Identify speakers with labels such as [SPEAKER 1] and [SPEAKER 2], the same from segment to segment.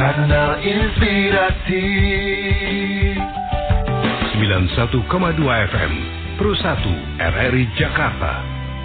[SPEAKER 1] Kanal Inspirasi 91,2 FM Pro 1 RRI Jakarta.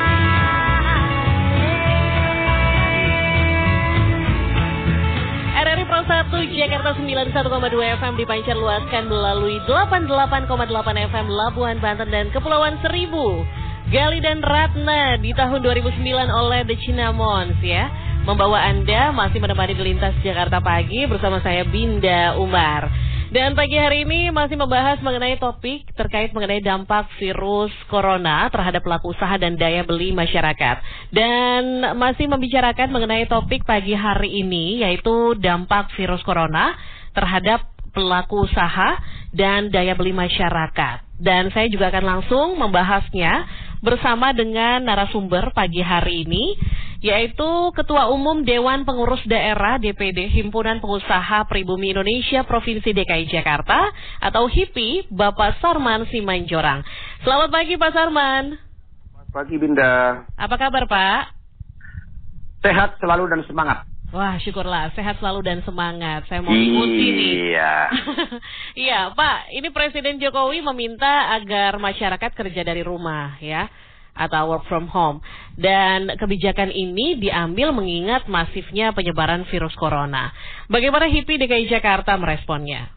[SPEAKER 2] RRI Pro 1 Jakarta 91,2 FM dipancar luaskan melalui 88,8 FM Labuhan Banten dan Kepulauan Seribu. Gali dan Ratna di tahun 2009 oleh The Cinnamons ya. Membawa Anda masih menemani di Lintas Jakarta Pagi bersama saya Binda Umar. Dan pagi hari ini masih membahas mengenai topik terkait mengenai dampak virus corona terhadap pelaku usaha dan daya beli masyarakat. Dan masih membicarakan mengenai topik pagi hari ini yaitu dampak virus corona terhadap pelaku usaha dan daya beli masyarakat. Dan saya juga akan langsung membahasnya bersama dengan narasumber pagi hari ini, yaitu Ketua Umum Dewan Pengurus Daerah DPD Himpunan Pengusaha Pribumi Indonesia Provinsi DKI Jakarta atau HIPI, Bapak Sarman Simanjorang. Selamat pagi Pak Sarman.
[SPEAKER 3] Selamat pagi Binda.
[SPEAKER 2] Apa kabar Pak?
[SPEAKER 3] Sehat selalu dan semangat.
[SPEAKER 2] Wah, syukurlah sehat selalu dan semangat. Saya mau ikuti nih.
[SPEAKER 3] Iya.
[SPEAKER 2] Iya, Pak. Ini Presiden Jokowi meminta agar masyarakat kerja dari rumah, ya, atau work from home. Dan kebijakan ini diambil mengingat masifnya penyebaran virus corona. Bagaimana HIPI DKI Jakarta meresponnya?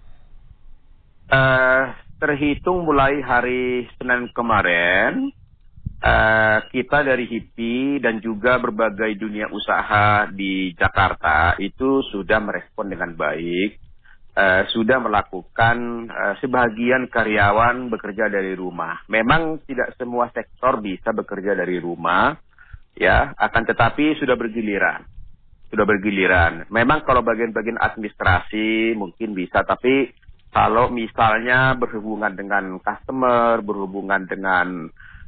[SPEAKER 3] Terhitung mulai hari Senin kemarin, kita dari HIPI dan juga berbagai dunia usaha di Jakarta itu sudah merespon dengan baik, sudah melakukan sebagian karyawan bekerja dari rumah. Memang tidak semua sektor bisa bekerja dari rumah, ya, akan tetapi sudah bergiliran. Memang kalau bagian-bagian administrasi mungkin bisa, tapi kalau misalnya berhubungan dengan customer, berhubungan dengan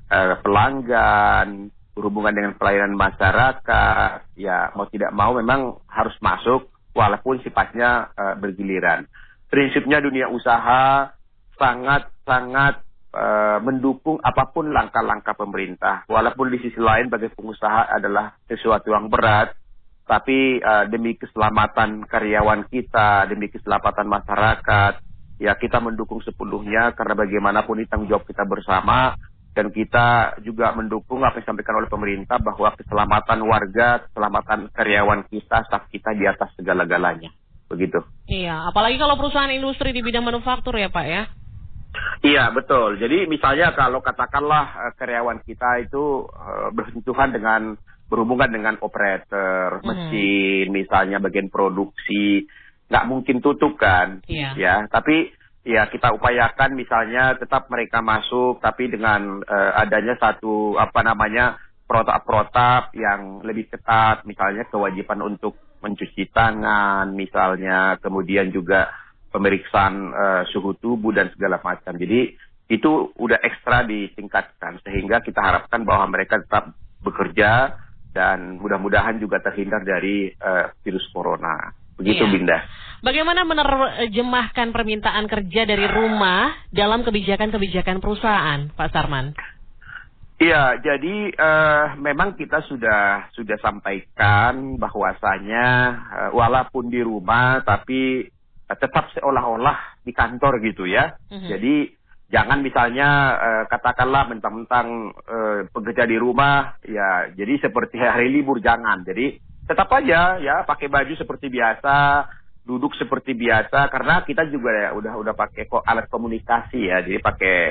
[SPEAKER 3] pelanggan, berhubungan dengan pelayanan masyarakat, ya mau tidak mau memang harus masuk walaupun sifatnya bergiliran. Prinsipnya dunia usaha sangat mendukung apapun langkah-langkah pemerintah. Walaupun di sisi lain bagi pengusaha adalah sesuatu yang berat, tapi demi keselamatan karyawan kita, demi keselamatan masyarakat, ya kita mendukung sepenuhnya karena bagaimanapun ini tanggung jawab kita bersama. Dan kita juga mendukung apa yang disampaikan oleh pemerintah bahwa keselamatan warga, keselamatan karyawan kita, staf kita di atas segala-galanya. Begitu. Iya, apalagi kalau perusahaan industri di bidang manufaktur ya Pak ya? Iya, betul. Jadi misalnya kalau katakanlah karyawan kita itu berhubungan dengan operator, mesin, misalnya bagian produksi, nggak mungkin tutup kan? Iya. Ya, tapi ya kita upayakan misalnya tetap mereka masuk tapi dengan adanya satu protap-protap yang lebih ketat, misalnya kewajiban untuk mencuci tangan misalnya, kemudian juga pemeriksaan suhu tubuh dan segala macam. Jadi itu udah ekstra ditingkatkan sehingga kita harapkan bahwa mereka tetap bekerja dan mudah-mudahan juga terhindar dari virus corona. Begitu iya. Binda. Bagaimana menerjemahkan permintaan kerja dari rumah dalam kebijakan-kebijakan perusahaan, Pak Sarman? Iya, jadi memang kita sudah sampaikan bahwasanya walaupun di rumah tapi tetap seolah-olah di kantor gitu ya. Jadi jangan misalnya katakanlah mentang-mentang pekerja di rumah ya jadi seperti hari libur, jangan. Jadi tetap aja ya pakai baju seperti biasa, duduk seperti biasa karena kita juga ya udah pakai alat komunikasi ya. Jadi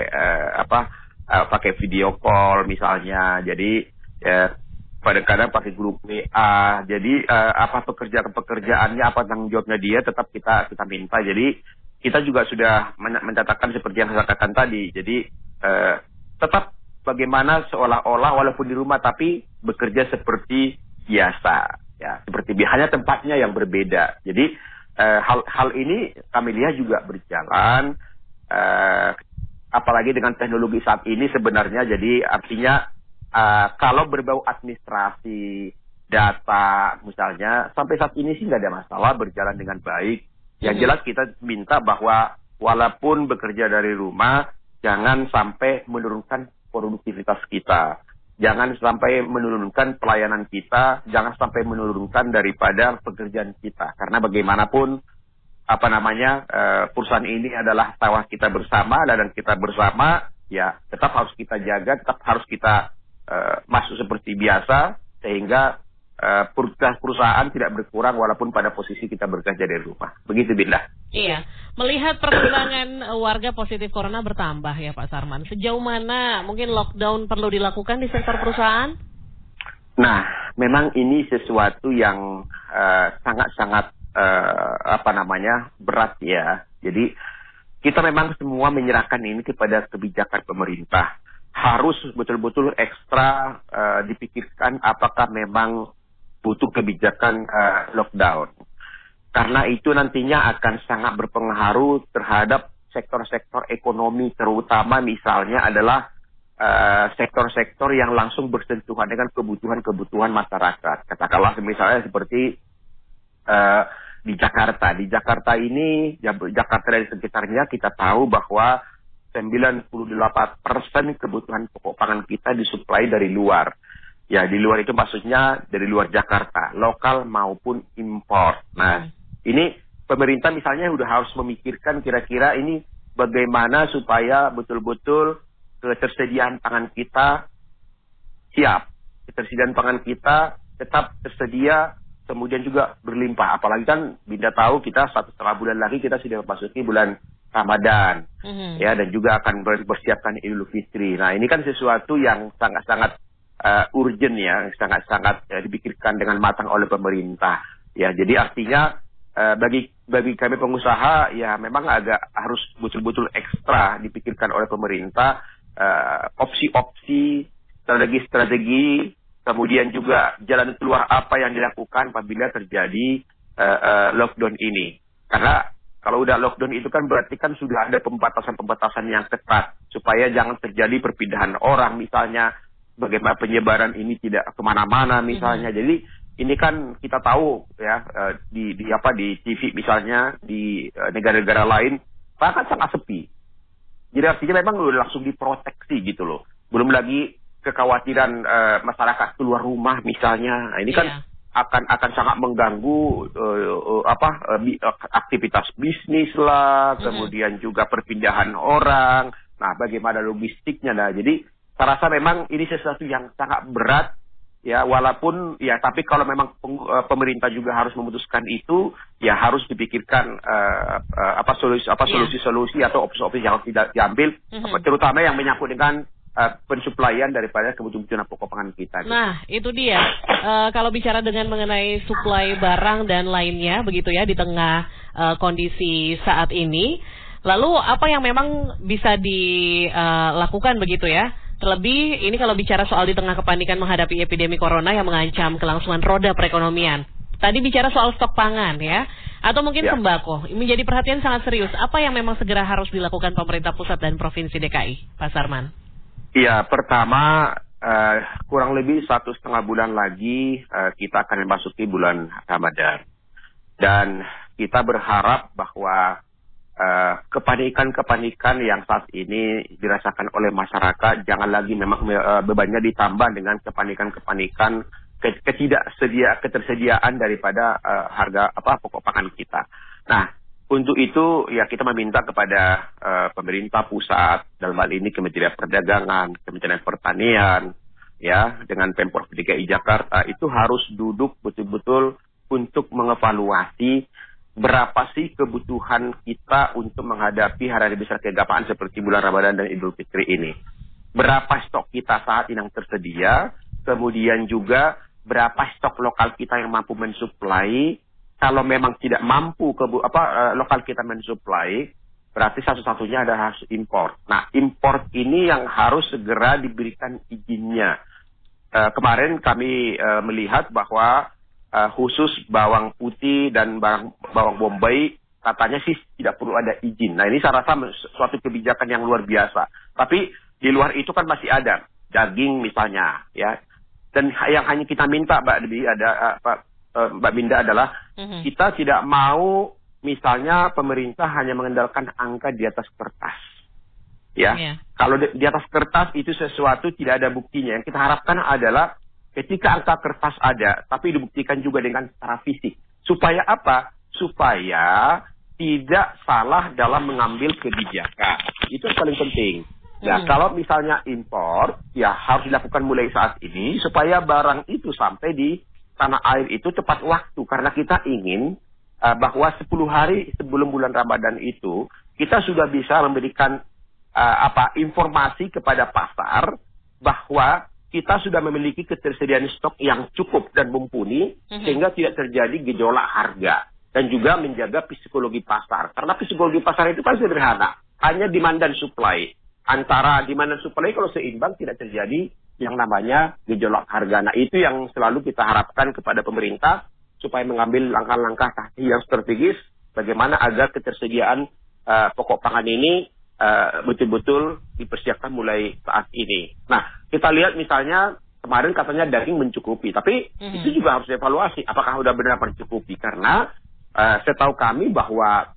[SPEAKER 3] pakai video call misalnya. Jadi kadang-kadang pakai grup WA. Jadi apa pekerjaannya, apa tanggung jawabnya dia tetap kita minta. Jadi kita juga sudah mencatatkan seperti yang saya katakan tadi. Jadi tetap bagaimana seolah-olah walaupun di rumah tapi bekerja seperti biasa ya, seperti hanya tempatnya yang berbeda. Jadi hal ini kami lihat juga berjalan apalagi dengan teknologi saat ini sebenarnya. Jadi artinya kalau berbau administrasi data misalnya sampai saat ini sih nggak ada masalah, berjalan dengan baik. Yang jelas kita minta bahwa walaupun bekerja dari rumah jangan sampai menurunkan produktivitas kita. Jangan sampai menurunkan pelayanan kita, jangan sampai menurunkan daripada pekerjaan kita. Karena bagaimanapun perusahaan ini adalah sawah kita bersama, ladang kita bersama, ya tetap harus kita jaga, tetap harus kita masuk seperti biasa, sehingga perusahaan tidak berkurang walaupun pada posisi kita bekerja dari rumah. Begitu, Binda.
[SPEAKER 2] Iya, melihat perkembangan warga positif corona bertambah ya Pak Sarman, sejauh mana mungkin lockdown perlu dilakukan di sektor perusahaan?
[SPEAKER 3] Nah, memang ini sesuatu yang sangat-sangat berat ya. Jadi kita memang semua menyerahkan ini kepada kebijakan pemerintah. Harus betul-betul ekstra dipikirkan apakah memang butuh kebijakan lockdown. Karena itu nantinya akan sangat berpengaruh terhadap sektor-sektor ekonomi, terutama misalnya adalah sektor-sektor yang langsung bersentuhan dengan kebutuhan-kebutuhan masyarakat. Katakanlah misalnya seperti di Jakarta. Di Jakarta ini, Jakarta dan sekitarnya kita tahu bahwa 98% kebutuhan pokok pangan kita disuplai dari luar. Ya, di luar itu maksudnya dari luar Jakarta, lokal maupun impor. Nah, ini pemerintah misalnya udah harus memikirkan kira-kira ini bagaimana supaya betul-betul ketersediaan pangan kita siap. Ketersediaan pangan kita tetap tersedia, kemudian juga berlimpah. Apalagi kan Binda tahu kita 1,5 bulan lagi kita sudah memasuki bulan Ramadan, ya, dan juga akan bersiapkan Idul Fitri. Nah, ini kan sesuatu yang sangat-sangat urgent ya, sangat-sangat dipikirkan dengan matang oleh pemerintah. Ya, jadi artinya bagi kami pengusaha ya memang agak harus betul-betul ekstra dipikirkan oleh pemerintah, opsi-opsi, strategi-strategi, kemudian juga jalan keluar apa yang dilakukan apabila terjadi lockdown ini. Karena kalau udah lockdown itu kan berarti kan sudah ada pembatasan-pembatasan yang ketat supaya jangan terjadi perpindahan orang misalnya, bagaimana penyebaran ini tidak kemana-mana misalnya. Jadi ini kan kita tahu ya di TV misalnya di negara-negara lain bahkan sangat sepi. Jadi artinya memang udah langsung diproteksi gitu loh. Belum lagi kekhawatiran masyarakat keluar rumah misalnya. Nah, ini kan akan sangat mengganggu aktivitas bisnis lah, kemudian juga perpindahan orang. Nah, bagaimana logistiknya? Nah, jadi saya rasa memang ini sesuatu yang sangat berat ya, walaupun ya tapi kalau memang pemerintah juga harus memutuskan itu ya harus dipikirkan solusi-solusi atau opsi-opsi yang tidak diambil, terutama yang menyangkut dengan pensuplaian daripada kebutuhan pokok pangan kita.
[SPEAKER 2] Nah, itu dia. Kalau bicara dengan mengenai suplai barang dan lainnya, begitu ya, di tengah kondisi saat ini, lalu apa yang memang bisa dilakukan begitu ya? Terlebih ini kalau bicara soal di tengah kepanikan menghadapi epidemi corona yang mengancam kelangsungan roda perekonomian. Tadi bicara soal stok pangan ya, atau mungkin sembako. Menjadi perhatian sangat serius. Apa yang memang segera harus dilakukan pemerintah pusat dan provinsi DKI, Pak Sarman?
[SPEAKER 3] Iya, pertama kurang lebih 1,5 bulan lagi kita akan memasuki bulan Ramadan. Dan kita berharap bahwa kepanikan
[SPEAKER 2] yang
[SPEAKER 3] saat ini dirasakan oleh masyarakat jangan lagi memang bebannya ditambah dengan kepanikan ketersediaan daripada harga pokok pangan kita. Nah, untuk itu ya kita meminta kepada pemerintah pusat, dalam hal ini Kementerian Perdagangan, Kementerian Pertanian, ya dengan Pemprov DKI Jakarta itu harus duduk betul-betul untuk mengevaluasi berapa sih kebutuhan kita untuk menghadapi hari besar keagamaan seperti bulan Ramadan dan Idul Fitri ini. Berapa stok kita saat ini yang tersedia, kemudian juga berapa stok lokal kita yang mampu mensuplai. Kalau memang tidak mampu lokal kita mensuplai, berarti satu-satunya adalah harus impor. Nah, impor ini yang harus segera diberikan izinnya. Kemarin kami melihat bahwa khusus bawang putih dan bawang bombay katanya sih tidak perlu ada izin. Nah, ini saya rasa suatu kebijakan yang luar biasa. Tapi di luar itu kan masih ada daging misalnya, ya. Dan yang hanya kita minta Mbak Binda adalah kita tidak mau misalnya pemerintah hanya mengandalkan angka di atas kertas. Ya. Kalau di atas kertas itu sesuatu tidak ada buktinya. Yang kita harapkan adalah ketika angka kertas ada, tapi dibuktikan juga dengan secara fisik. Supaya apa? Supaya tidak salah dalam mengambil kebijakan. Itu yang paling penting. Nah, kalau misalnya impor, ya harus dilakukan mulai saat ini supaya barang itu sampai di tanah air itu tepat waktu. Karena kita ingin bahwa 10 hari sebelum bulan Ramadan itu, kita sudah bisa memberikan informasi kepada pasar bahwa kita sudah memiliki ketersediaan stok yang cukup dan mumpuni, sehingga tidak terjadi gejolak harga. Dan juga menjaga psikologi pasar. Karena psikologi pasar itu kan sederhana. Hanya demand dan supply. Antara demand dan supply kalau seimbang tidak terjadi yang namanya gejolak harga. Nah itu yang selalu kita harapkan kepada pemerintah supaya mengambil langkah-langkah yang strategis bagaimana agar ketersediaan pokok pangan ini betul-betul dipersiapkan mulai saat ini. Nah kita lihat misalnya kemarin katanya daging mencukupi. Tapi itu juga harus dievaluasi. Apakah sudah benar mencukupi? Karena setahu kami bahwa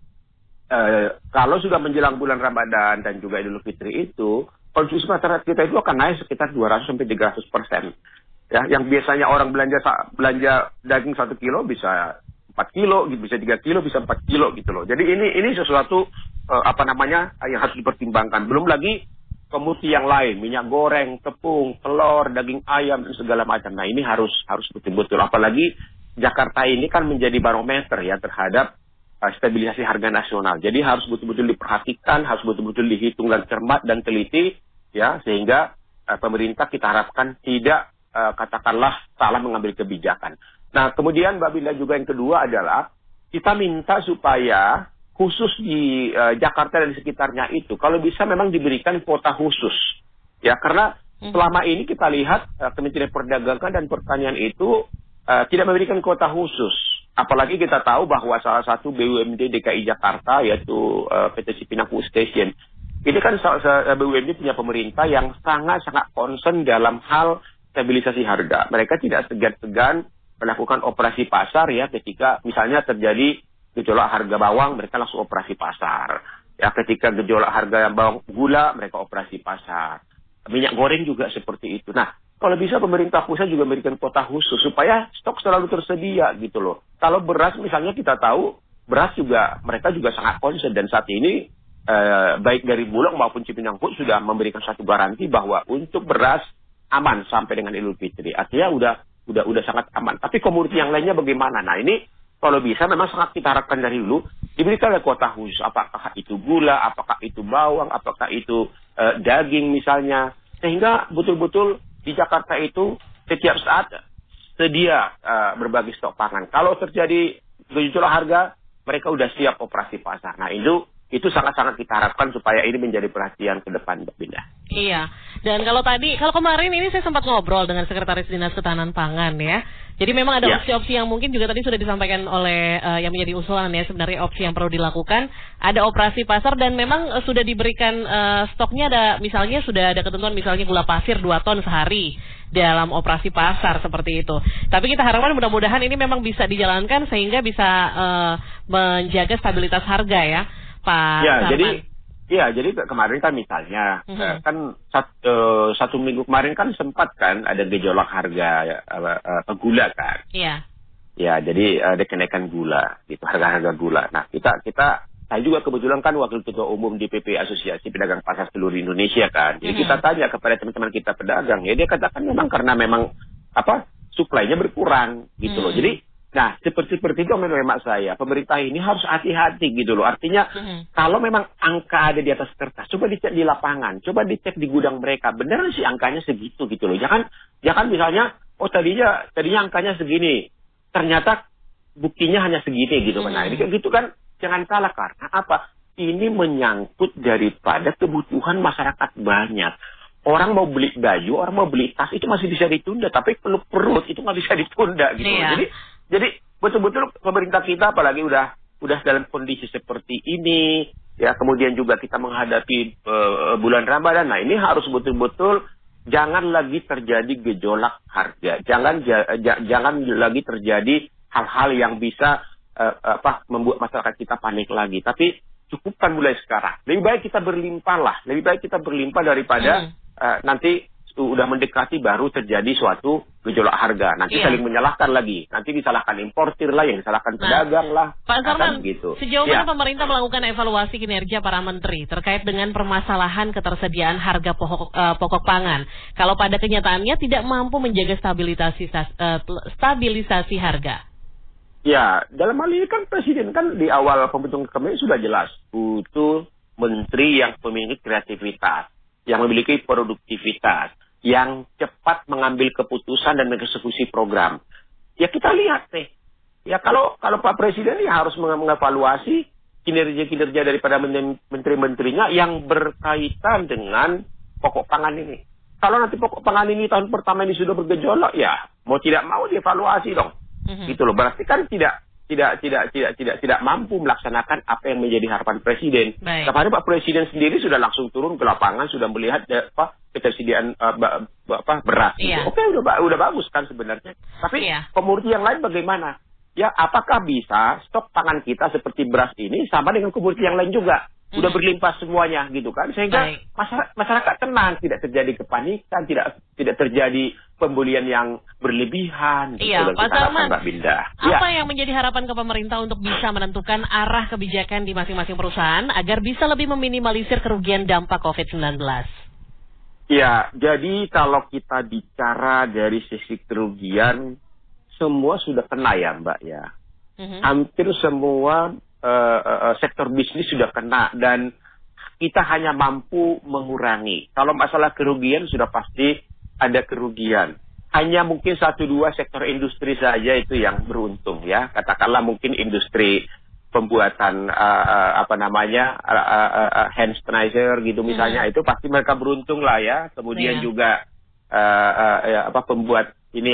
[SPEAKER 3] kalau sudah menjelang bulan Ramadan dan juga Idul Fitri itu, konsumsi masyarakat kita itu akan naik sekitar 200-300%. Ya, yang biasanya orang belanja daging 1 kilo bisa 4 kilo, bisa 3 kilo, bisa 4 kilo gitu loh. Jadi ini sesuatu yang harus dipertimbangkan. Belum lagi komoditi yang lain, minyak goreng, tepung, telur, daging ayam dan segala macam. Nah ini harus betul-betul. Apalagi Jakarta ini kan menjadi barometer ya terhadap stabilisasi harga nasional. Jadi harus betul-betul diperhatikan, harus betul-betul dihitung dan cermat dan teliti ya sehingga pemerintah kita harapkan tidak katakanlah salah mengambil kebijakan. Nah, kemudian Mbak Binda juga yang kedua adalah kita minta supaya khusus di Jakarta dan di sekitarnya itu kalau bisa memang diberikan kuota khusus. Ya, karena selama ini kita lihat Kementerian Perdagangan dan Pertanian itu tidak memberikan kuota khusus. Apalagi kita tahu bahwa salah satu BUMD DKI Jakarta yaitu PT Cipinang Food Station. Ini kan BUMD punya pemerintah yang sangat-sangat concern dalam hal stabilisasi harga. Mereka tidak segan-segan melakukan operasi pasar ya ketika misalnya terjadi gejolak harga bawang, mereka langsung operasi pasar. Ya ketika gejolak harga bawang gula, mereka operasi pasar. Minyak goreng juga seperti itu. Nah, kalau bisa pemerintah pusat juga memberikan kuota khusus supaya stok selalu tersedia gitu loh. Kalau beras misalnya kita tahu beras juga mereka juga sangat concern dan saat ini baik dari Bulog maupun Cipinang Food sudah memberikan satu garansi bahwa untuk beras aman sampai dengan Idul Fitri. Artinya udah sangat aman. Tapi komoditi yang lainnya bagaimana? Nah ini kalau bisa memang sangat kita harapkan dari dulu diberikan kuota khusus. Apakah itu gula, apakah itu bawang, apakah itu daging misalnya. Sehingga betul-betul di Jakarta itu setiap saat sedia berbagi stok pangan. Kalau terjadi gejolak harga, mereka udah siap operasi pasar. Nah itu sangat-sangat kita harapkan supaya ini menjadi perhatian ke depan, Mbak Binda.
[SPEAKER 2] Iya, dan kalau kemarin ini saya sempat ngobrol dengan Sekretaris Dinas Ketahanan Pangan ya. Jadi memang ada opsi-opsi yang mungkin juga tadi sudah disampaikan oleh yang menjadi usulan ya. Sebenarnya opsi yang perlu dilakukan ada operasi pasar dan memang sudah diberikan stoknya ada misalnya sudah ada ketentuan misalnya gula pasir 2 ton sehari dalam operasi pasar seperti itu. Tapi kita harapkan mudah-mudahan ini memang bisa dijalankan sehingga bisa menjaga stabilitas harga ya, Pak Sarman.
[SPEAKER 3] Jadi kemarin kan misalnya kan satu minggu kemarin kan sempat kan ada gejolak harga gula kan.
[SPEAKER 2] Iya.
[SPEAKER 3] Ya, jadi ada kenaikan gula gitu, harga gula. Nah, saya juga kebetulan kan wakil ketua umum DPP Asosiasi Pedagang Pasar Seluruh Indonesia kan. Jadi kita tanya kepada teman-teman kita pedagang, ya dia katakan memang karena memang suplainya berkurang gitu loh. Jadi nah, seperti itu memang saya. Pemerintah ini harus hati-hati gitu loh. Artinya, kalau memang angka ada di atas kertas, coba dicek di lapangan. Coba dicek di gudang mereka. Beneran sih angkanya segitu gitu loh. Jangan misalnya, tadinya angkanya segini. Ternyata buktinya hanya segini gitu. Nah, ini gitu kan, jangan salah karena apa? Ini menyangkut daripada kebutuhan masyarakat banyak. Orang mau beli baju, orang mau beli tas, itu masih bisa ditunda. Tapi perut itu nggak bisa ditunda gitu loh. Jadi betul-betul pemerintah kita apalagi udah dalam kondisi seperti ini ya kemudian juga kita menghadapi bulan Ramadan. Nah ini harus betul-betul jangan lagi terjadi gejolak harga. Jangan lagi terjadi hal-hal yang bisa membuat masyarakat kita panik lagi. Tapi cukupkan mulai sekarang. Lebih baik kita berlimpah daripada nanti udah mendekati baru terjadi suatu gejolak harga. Nanti saling menyalahkan lagi. Nanti disalahkan importir lah, yang disalahkan pedagang lah.
[SPEAKER 2] Pak Sarman,
[SPEAKER 3] gitu.
[SPEAKER 2] Sejauh mana pemerintah melakukan evaluasi kinerja para menteri terkait dengan permasalahan ketersediaan harga pokok pangan? Kalau pada kenyataannya tidak mampu menjaga stabilisasi harga.
[SPEAKER 3] Ya, dalam hal ini kan Presiden kan di awal pembentukan kabinet sudah jelas. Butuh menteri yang memiliki kreativitas, yang memiliki produktivitas, yang cepat mengambil keputusan dan mengeksekusi program. Ya kita lihat deh. Ya kalau Pak Presiden ya harus mengevaluasi kinerja daripada menteri-menterinya yang berkaitan dengan pokok pangan ini. Kalau nanti pokok pangan ini tahun pertama ini sudah bergejolak, ya mau tidak mau dievaluasi dong. Gitu loh. Berarti kan tidak mampu melaksanakan apa yang menjadi harapan Presiden. Kemarin Pak Presiden sendiri sudah langsung turun ke lapangan, sudah melihat ketersediaan beras.
[SPEAKER 2] Iya.
[SPEAKER 3] Oke, udah bagus kan sebenarnya. Tapi komoditi yang lain bagaimana? Ya, apakah bisa stok pangan kita seperti beras ini sama dengan komoditi yang lain juga? Udah berlimpah semuanya gitu kan, sehingga masyarakat tenang, tidak terjadi kepanikan, tidak terjadi pembelian yang berlebihan.
[SPEAKER 2] Iya, Pak Sarman,
[SPEAKER 3] apa
[SPEAKER 2] yang menjadi harapan ke pemerintah untuk bisa menentukan arah kebijakan di masing-masing perusahaan agar bisa lebih meminimalisir kerugian dampak COVID-19?
[SPEAKER 3] Ya, jadi kalau kita bicara dari sisi kerugian, semua sudah kena ya Mbak ya. Hampir semua sektor bisnis sudah kena dan kita hanya mampu mengurangi. Kalau masalah kerugian sudah pasti ada kerugian. Hanya mungkin 1-2 sektor industri saja itu yang beruntung ya. Katakanlah mungkin industri pembuatan hand sanitizer gitu misalnya, itu pasti mereka beruntung lah ya. Kemudian juga pembuat ini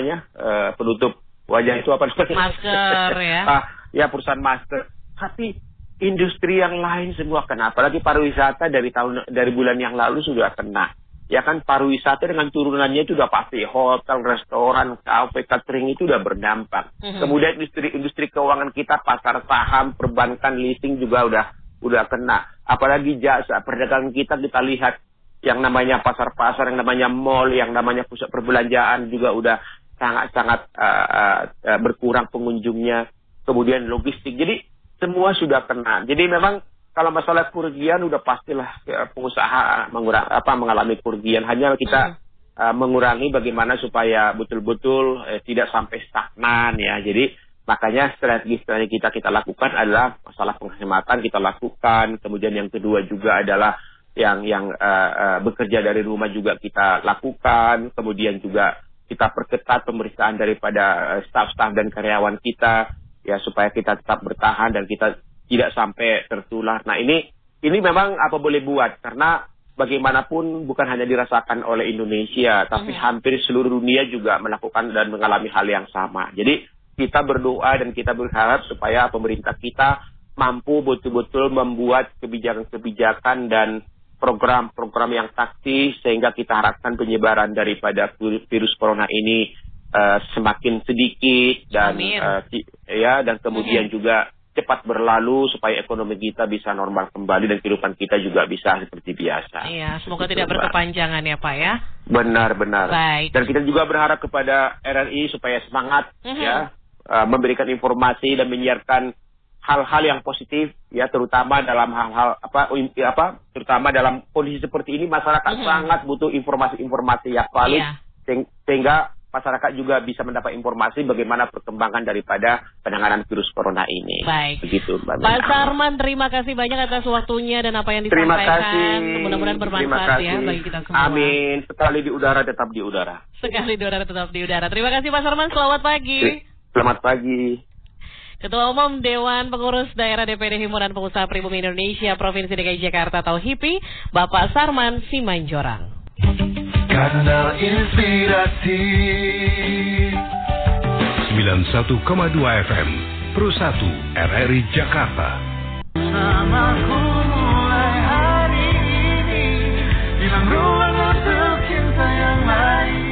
[SPEAKER 3] penutup wajah itu apa namanya?
[SPEAKER 2] Masker ya.
[SPEAKER 3] Ya perusahaan masker. Tapi industri yang lain semua kena. Apalagi pariwisata dari bulan yang lalu sudah kena. Ya kan pariwisata dengan turunannya itu sudah pasti. Hotel, restoran, kafe, catering itu sudah berdampak. Kemudian industri keuangan kita, pasar saham, perbankan, leasing juga udah kena. Apalagi jasa perdagangan kita lihat yang namanya pasar-pasar, yang namanya mall, yang namanya pusat perbelanjaan juga udah sangat-sangat berkurang pengunjungnya. Kemudian logistik. Jadi semua sudah kena. Jadi memang kalau masalah kerugian udah pastilah pengusaha mengalami kerugian. Hanya kita mengurangi bagaimana supaya betul-betul tidak sampai stagnan ya. Jadi makanya strategi kita lakukan adalah masalah penghematan kita lakukan. Kemudian yang kedua juga adalah yang bekerja dari rumah juga kita lakukan. Kemudian juga kita perketat pemeriksaan daripada staf-staf dan karyawan kita. Ya supaya kita tetap bertahan dan kita tidak sampai tertular. Nah ini memang apa boleh buat karena bagaimanapun bukan hanya dirasakan oleh Indonesia tapi hampir seluruh dunia juga melakukan dan mengalami hal yang sama. Jadi kita berdoa dan kita berharap supaya pemerintah kita mampu betul-betul membuat kebijakan-kebijakan dan program-program yang taktis sehingga kita harapkan penyebaran daripada virus corona ini semakin sedikit dan dan kemudian juga cepat berlalu supaya ekonomi kita bisa normal kembali dan kehidupan kita juga bisa seperti biasa.
[SPEAKER 2] Iya, semoga tidak berkepanjangan ya Pak ya.
[SPEAKER 3] Benar.
[SPEAKER 2] Baik.
[SPEAKER 3] Dan kita juga berharap kepada RRI supaya semangat ya memberikan informasi dan menyiarkan hal-hal yang positif ya, terutama dalam hal-hal terutama dalam kondisi seperti ini masyarakat sangat butuh informasi-informasi yang valid sehingga masyarakat juga bisa mendapat informasi bagaimana perkembangan daripada penanganan virus corona ini.
[SPEAKER 2] Baik.
[SPEAKER 3] Begitu, Mbak.
[SPEAKER 2] Pak Sarman, terima kasih banyak atas waktunya dan apa yang disampaikan.
[SPEAKER 3] Terima kasih.
[SPEAKER 2] Mudah-mudahan bermanfaat ya bagi kita semua.
[SPEAKER 3] Amin. Sekali di udara tetap di udara.
[SPEAKER 2] Sekali di udara tetap di udara. Terima kasih Pak Sarman, selamat pagi.
[SPEAKER 3] Selamat pagi.
[SPEAKER 2] Ketua Umum Dewan Pengurus Daerah DPD Himpunan Pengusaha Pribumi Indonesia Provinsi DKI Jakarta atau HIPI, Bapak Sarman Simanjorang.
[SPEAKER 1] Kanal Inspirasi 91,2 FM Pro 1 RRI Jakarta.
[SPEAKER 4] Bersamaku mulai hari ini, hilang ruang untuk cinta yang lain.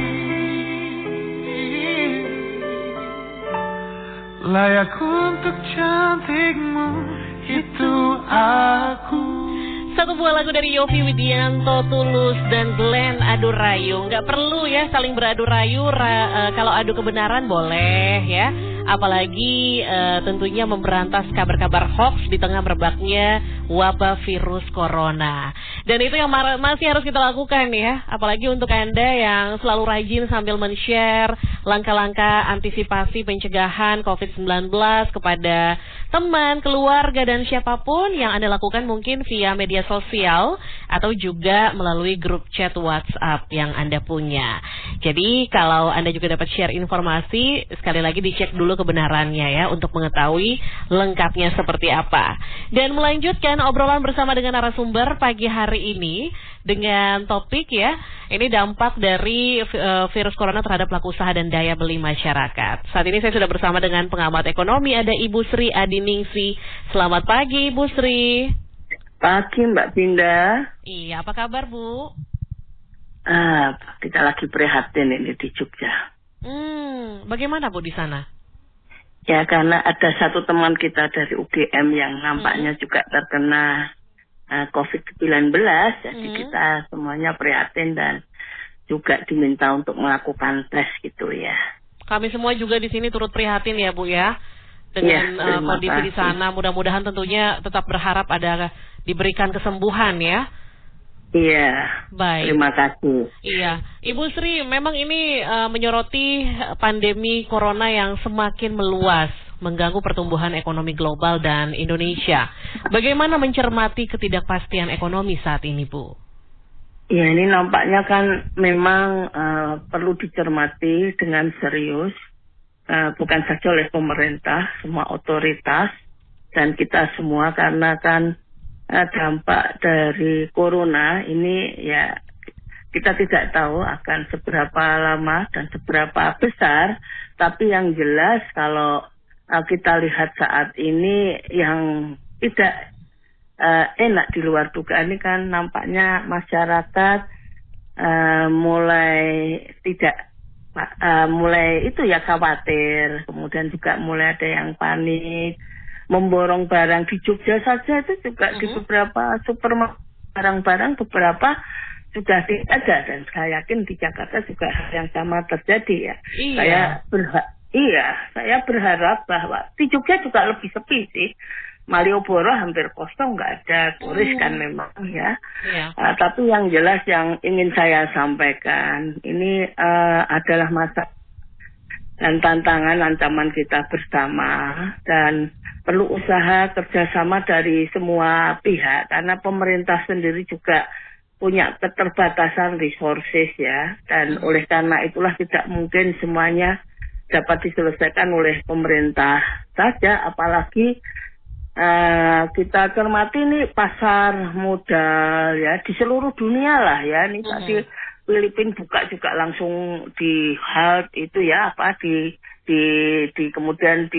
[SPEAKER 4] Layak untuk cantikmu, itu aku.
[SPEAKER 2] Satu buah lagu dari Yovie Widianto, Tulus, dan Glenn, Adu Rayu. Nggak perlu ya saling beradu rayu, kalau adu kebenaran boleh ya. Apalagi tentunya memberantas kabar-kabar hoax di tengah merebaknya wabah virus corona. Dan itu yang masih harus kita lakukan ya. Apalagi untuk Anda yang selalu rajin sambil men-share langkah-langkah antisipasi pencegahan COVID-19 kepada teman, keluarga, dan siapapun yang Anda lakukan mungkin via media sosial atau juga melalui grup chat WhatsApp yang Anda punya. Jadi kalau Anda juga dapat share informasi, sekali lagi dicek dulu kebenarannya ya untuk mengetahui lengkapnya seperti apa. Dan melanjutkan obrolan bersama dengan narasumber pagi hari ini dengan topik ya, ini dampak dari virus corona terhadap pelaku usaha dan daya beli masyarakat. Saat ini saya sudah bersama dengan pengamat ekonomi, ada Ibu Sri Adiningsih. Selamat pagi Ibu Sri.
[SPEAKER 5] Pagi Mbak Binda.
[SPEAKER 2] Iya, apa kabar Bu?
[SPEAKER 5] Kita lagi prihatin ini di Jogja.
[SPEAKER 2] Bagaimana Bu di sana?
[SPEAKER 5] Ya karena ada satu teman kita dari UGM yang nampaknya juga terkena COVID-19, jadi kita semuanya prihatin dan juga diminta untuk melakukan tes gitu ya.
[SPEAKER 2] Kami semua juga di sini turut prihatin ya Bu ya, dengan kondisi di sana. Mudah-mudahan tentunya tetap berharap ada diberikan kesembuhan ya.
[SPEAKER 5] Iya.
[SPEAKER 2] Baik.
[SPEAKER 5] Terima kasih.
[SPEAKER 2] Iya, Ibu Sri, memang ini menyoroti pandemi corona yang semakin meluas, mengganggu pertumbuhan ekonomi global dan Indonesia. Bagaimana mencermati ketidakpastian ekonomi saat ini, Bu?
[SPEAKER 5] Ya, ini nampaknya kan memang perlu dicermati dengan serius, bukan saja oleh pemerintah, semua otoritas, dan kita semua, karena kan dampak dari corona ini ya kita tidak tahu akan seberapa lama dan seberapa besar, tapi yang jelas kalau kita lihat saat ini yang tidak enak di luar dugaan ini kan nampaknya masyarakat mulai tidak mulai itu ya khawatir, kemudian juga mulai ada yang panik, memborong barang. Di Jogja saja itu juga di beberapa supermarket barang-barang beberapa sudah tidak ada, dan saya yakin di Jakarta juga hal yang sama terjadi ya. Iya. Saya berharap bahwa di Jogja juga lebih sepi sih. Malioboro hampir kosong, nggak ada turis kan memang ya. Tapi yang jelas yang ingin saya sampaikan ini adalah masa dan tantangan ancaman kita bersama, dan perlu usaha kerjasama dari semua pihak karena pemerintah sendiri juga punya keterbatasan resources ya, dan oleh karena itulah tidak mungkin semuanya dapat diselesaikan oleh pemerintah saja, apalagi kita cermati ini pasar modal ya di seluruh dunia lah ya. Ini tadi Filipina buka juga langsung di halt itu ya, kemudian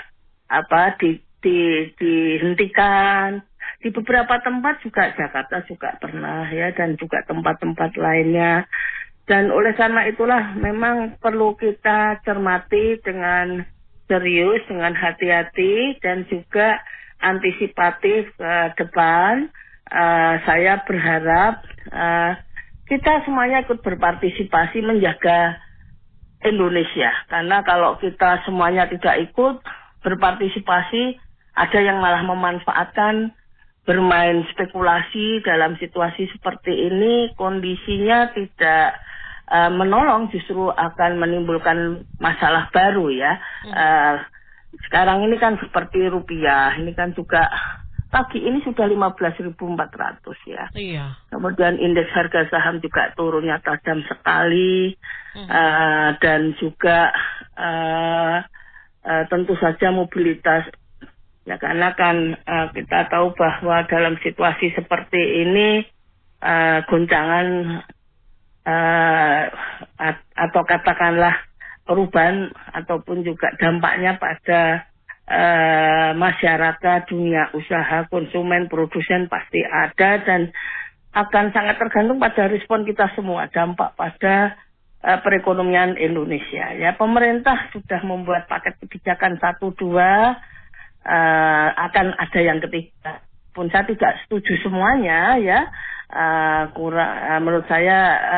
[SPEAKER 5] dihentikan. Di beberapa tempat juga, Jakarta juga pernah ya, dan juga tempat-tempat lainnya. Dan oleh karena itulah memang perlu kita cermati dengan serius, dengan hati-hati, dan juga antisipatif ke depan. Saya berharap kita semuanya ikut berpartisipasi menjaga Indonesia. Karena kalau kita semuanya tidak ikut berpartisipasi, ada yang malah memanfaatkan, bermain spekulasi dalam situasi seperti ini, kondisinya tidak menolong, justru akan menimbulkan masalah baru ya. Sekarang ini kan seperti rupiah, ini kan juga pagi ini sudah 15.400 ya. Iya. Kemudian indeks harga saham juga turunnya tajam sekali, dan juga tentu saja mobilitas. Ya karena kan kita tahu bahwa dalam situasi seperti ini goncangan atau katakanlah perubahan ataupun juga dampaknya pada masyarakat, dunia usaha, konsumen, produsen pasti ada, dan akan sangat tergantung pada respon kita semua, dampak pada perekonomian Indonesia. Ya, pemerintah sudah membuat paket kebijakan 1, 2, akan ada yang ketiga. walaupun saya tidak setuju semuanya ya, menurut saya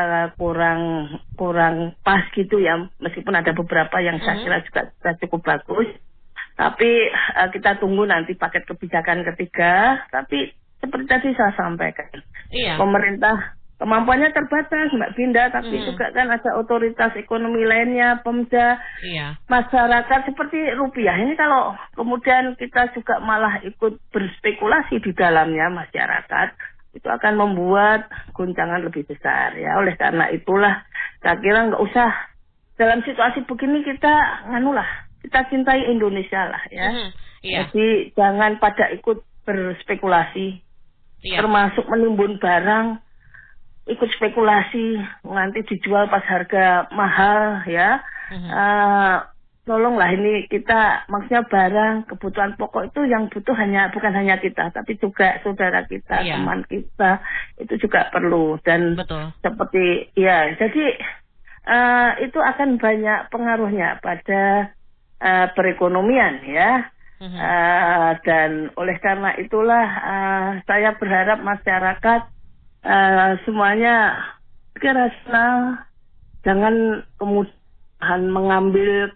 [SPEAKER 5] kurang pas gitu ya, meskipun ada beberapa yang saya kira juga cukup bagus. Tapi kita tunggu nanti paket kebijakan ketiga. Tapi seperti tadi saya sampaikan, pemerintah kemampuannya terbatas, Mbak Binda, tapi juga kan ada otoritas ekonomi lainnya, Pemda, masyarakat seperti rupiah. Ini kalau kemudian kita juga malah ikut berspekulasi di dalamnya masyarakat, itu akan membuat guncangan lebih besar ya. Oleh karena itulah saya kira nggak usah dalam situasi begini kita kita cintai Indonesia lah ya. Jadi jangan pada ikut berspekulasi, termasuk menimbun barang, ikut spekulasi nanti dijual pas harga mahal ya. Tolonglah, ini kita maksudnya barang kebutuhan pokok itu yang butuh bukan hanya kita, tapi juga saudara kita, teman kita, itu juga perlu. Dan seperti jadi itu akan banyak pengaruhnya pada perekonomian ya. Dan oleh karena itulah saya berharap masyarakat semuanya rasional, jangan kemudian mengambil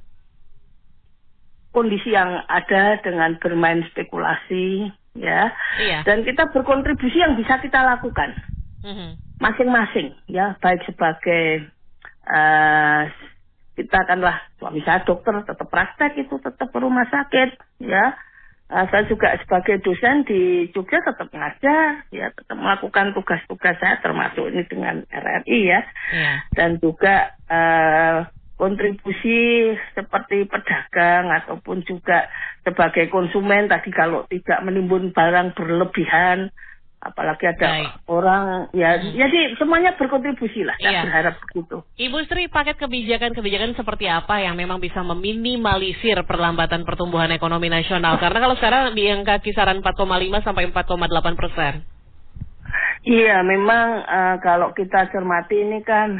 [SPEAKER 5] kondisi yang ada dengan bermain spekulasi ya. Dan kita berkontribusi yang bisa kita lakukan masing-masing ya, baik sebagai kita kanlah suami saya dokter, tetap praktek itu tetap ke rumah sakit ya. Saya juga sebagai dosen di Jogja tetap ngajar, ya tetap melakukan tugas-tugas saya termasuk ini dengan RRI ya. Dan juga kontribusi seperti pedagang ataupun juga sebagai konsumen tadi, kalau tidak menimbun barang berlebihan, apalagi ada orang ya, jadi semuanya berkontribusi lah. Saya berharap begitu.
[SPEAKER 2] Ibu Sri, paket kebijakan seperti apa yang memang bisa meminimalisir perlambatan pertumbuhan ekonomi nasional? Karena kalau sekarang di angka kisaran 4,5 sampai 4,8%.
[SPEAKER 5] Iya, memang kalau kita cermati ini kan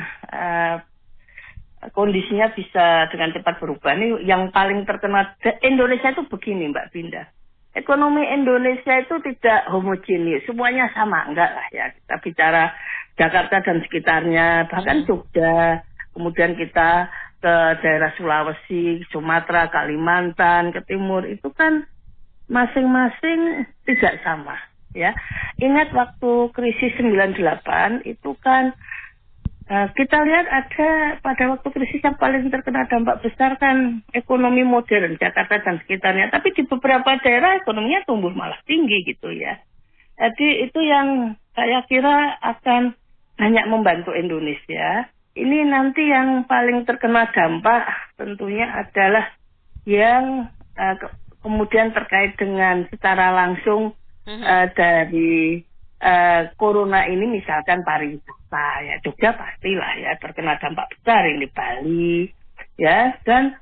[SPEAKER 5] kondisinya bisa dengan cepat berubah. Ini yang paling terkena Indonesia itu begini, Mbak Binda. Ekonomi Indonesia itu tidak homogenis, semuanya sama, enggak lah ya. Kita bicara Jakarta dan sekitarnya, bahkan Jogja, kemudian kita ke daerah Sulawesi, Sumatera, Kalimantan, ke timur, itu kan masing-masing tidak sama ya. Ingat waktu krisis 98 itu kan kita lihat ada pada waktu krisis yang paling terkena dampak besar kan ekonomi modern Jakarta dan sekitarnya. Tapi di beberapa daerah ekonominya tumbuh malah tinggi gitu ya. Jadi itu yang saya kira akan banyak membantu Indonesia. Ini nanti yang paling terkena dampak tentunya adalah yang kemudian terkait dengan secara langsung dari corona ini, misalkan pariwisata ya, Jogja pastilah ya terkena dampak besar, ini Bali ya. Dan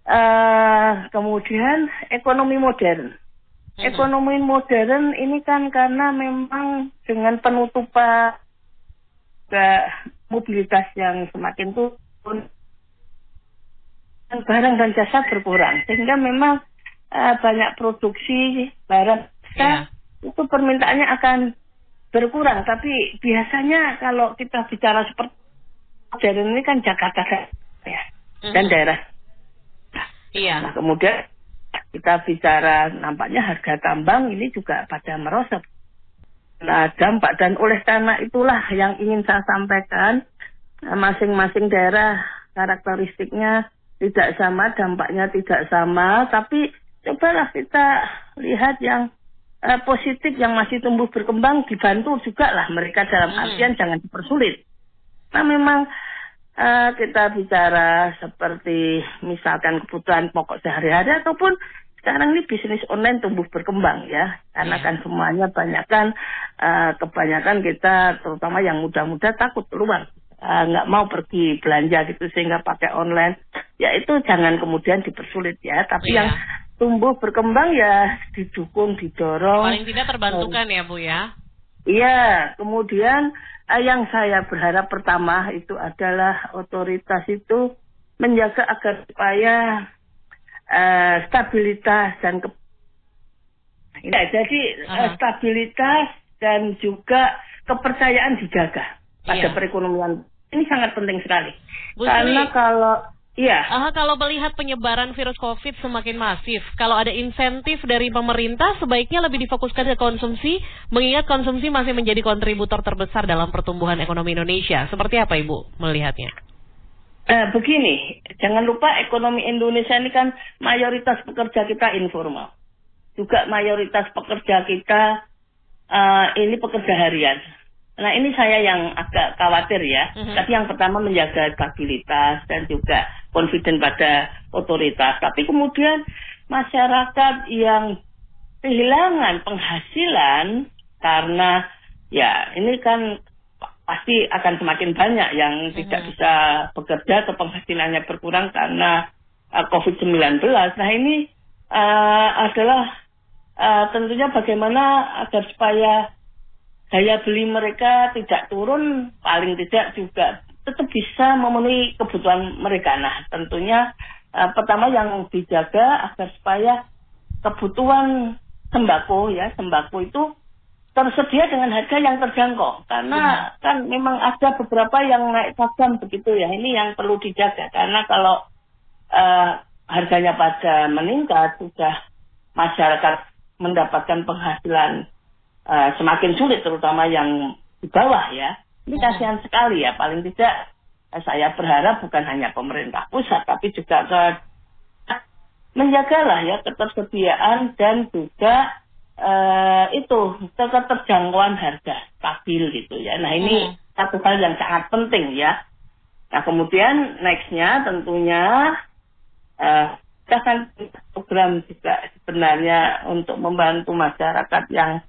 [SPEAKER 5] kemudian ekonomi modern. Ekonomi modern ini kan karena memang dengan penutupan mobilitas yang semakin turun, barang dan jasa berkurang, sehingga memang banyak produksi barang itu permintaannya akan berkurang. Tapi biasanya kalau kita bicara seperti modern ini kan Jakarta ya, dan daerah. Nah kemudian kita bicara nampaknya harga tambang ini juga pada merosot. Nah dampak, dan oleh karena itulah yang ingin saya sampaikan, masing-masing daerah karakteristiknya tidak sama, dampaknya tidak sama. Tapi cobalah kita lihat yang positif, yang masih tumbuh berkembang, dibantu juga lah mereka, dalam artian jangan dipersulit. Nah memang kita bicara seperti misalkan kebutuhan pokok sehari-hari, ataupun sekarang ini bisnis online tumbuh berkembang ya, karena kan semuanya kebanyakan kita terutama yang muda-muda takut keluar, nggak mau pergi belanja gitu, sehingga pakai online. Ya itu jangan kemudian dipersulit ya, tapi yang tumbuh berkembang ya didukung, didorong.
[SPEAKER 2] Paling tidak terbantukan ya Bu ya.
[SPEAKER 5] Iya, kemudian yang saya berharap pertama itu adalah otoritas itu menjaga agar supaya stabilitas dan ini jadi stabilitas dan juga kepercayaan dijaga pada perekonomian. Ini sangat penting sekali.
[SPEAKER 2] Bu
[SPEAKER 5] Karena
[SPEAKER 2] Sri,
[SPEAKER 5] kalau
[SPEAKER 2] melihat penyebaran virus COVID semakin masif, kalau ada insentif dari pemerintah sebaiknya lebih difokuskan ke konsumsi, mengingat konsumsi masih menjadi kontributor terbesar dalam pertumbuhan ekonomi Indonesia. Seperti apa Ibu melihatnya?
[SPEAKER 5] Begini, jangan lupa ekonomi Indonesia ini kan mayoritas pekerja kita informal. Juga mayoritas pekerja kita ini pekerja harian. Nah ini saya yang agak khawatir ya. Tapi yang pertama menjaga stabilitas dan juga confident pada otoritas. Tapi kemudian masyarakat yang kehilangan penghasilan karena ya ini kan pasti akan semakin banyak yang tidak bisa bekerja atau penghasilannya berkurang karena COVID-19. Nah ini adalah tentunya bagaimana agar supaya daya beli mereka tidak turun, paling tidak juga tetap bisa memenuhi kebutuhan mereka. Nah, tentunya pertama yang dijaga agar supaya kebutuhan sembako itu tersedia dengan harga yang terjangkau. Karena kan memang ada beberapa yang naik tajam begitu ya. Ini yang perlu dijaga. Karena kalau harganya pada meningkat, sudah masyarakat mendapatkan penghasilan semakin sulit, terutama yang di bawah ya. Ini kasihan sekali ya. Paling tidak saya berharap bukan hanya pemerintah pusat, tapi juga menjagalah ya ketersediaan dan juga keterjangkauan harga stabil gitu ya. Nah ini satu hal yang sangat penting ya. Nah kemudian nextnya tentunya kita kan program juga sebenarnya untuk membantu masyarakat yang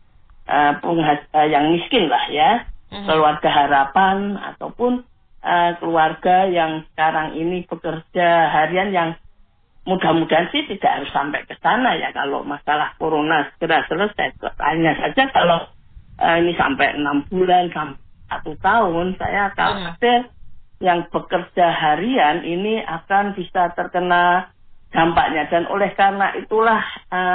[SPEAKER 5] miskin lah ya, keluarga harapan ataupun keluarga yang sekarang ini bekerja harian yang mudah-mudahan sih tidak harus sampai ke sana ya kalau masalah corona segera selesai. Hanya saja kalau ini sampai 6 bulan sampai 1 tahun, saya khawatir yang bekerja harian ini akan bisa terkena dampaknya. Dan oleh karena itulah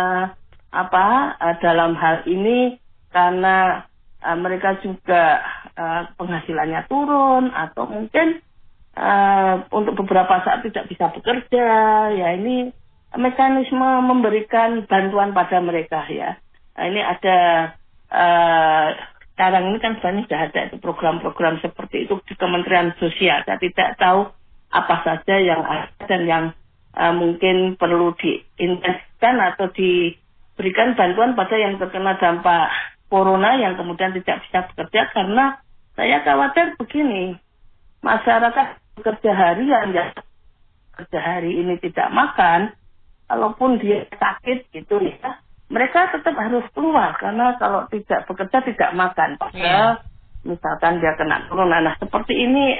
[SPEAKER 5] dalam hal ini karena mereka juga penghasilannya turun atau mungkin untuk beberapa saat tidak bisa bekerja, ya ini mekanisme memberikan bantuan pada mereka ya. Nah, ini ada sekarang ini kan sebenarnya sudah ada itu program-program seperti itu di Kementerian Sosial. Saya tidak tahu apa saja yang ada dan yang mungkin perlu diintensifkan atau diberikan bantuan pada yang terkena dampak corona yang kemudian tidak bisa bekerja, karena saya khawatir begini, masyarakat bekerja harian ya, bekerja hari ini tidak makan, kalaupun dia sakit gitu ya, mereka tetap harus keluar karena kalau tidak bekerja tidak makan. Padahal misalkan dia kena corona, nah seperti ini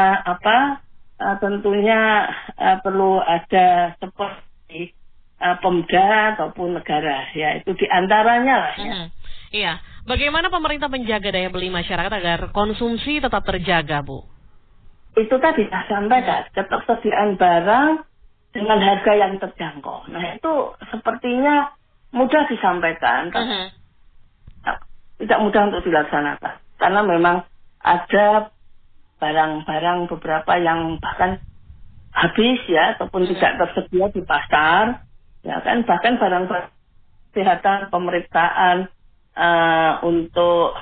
[SPEAKER 5] tentunya perlu ada seperti Pemda ataupun negara ya, itu diantaranya lah ya.
[SPEAKER 2] Iya, bagaimana pemerintah menjaga daya beli masyarakat agar konsumsi tetap terjaga, Bu?
[SPEAKER 5] Itu tadi saya sampaikan, ketersediaan barang dengan harga yang terjangkau. Nah itu sepertinya mudah disampaikan, tidak mudah untuk dilaksanakan, karena memang ada barang-barang beberapa yang bahkan habis ya, ataupun tidak tersedia di pasar. Ya kan, bahkan barang-barang kesehatan, pemeriksaan untuk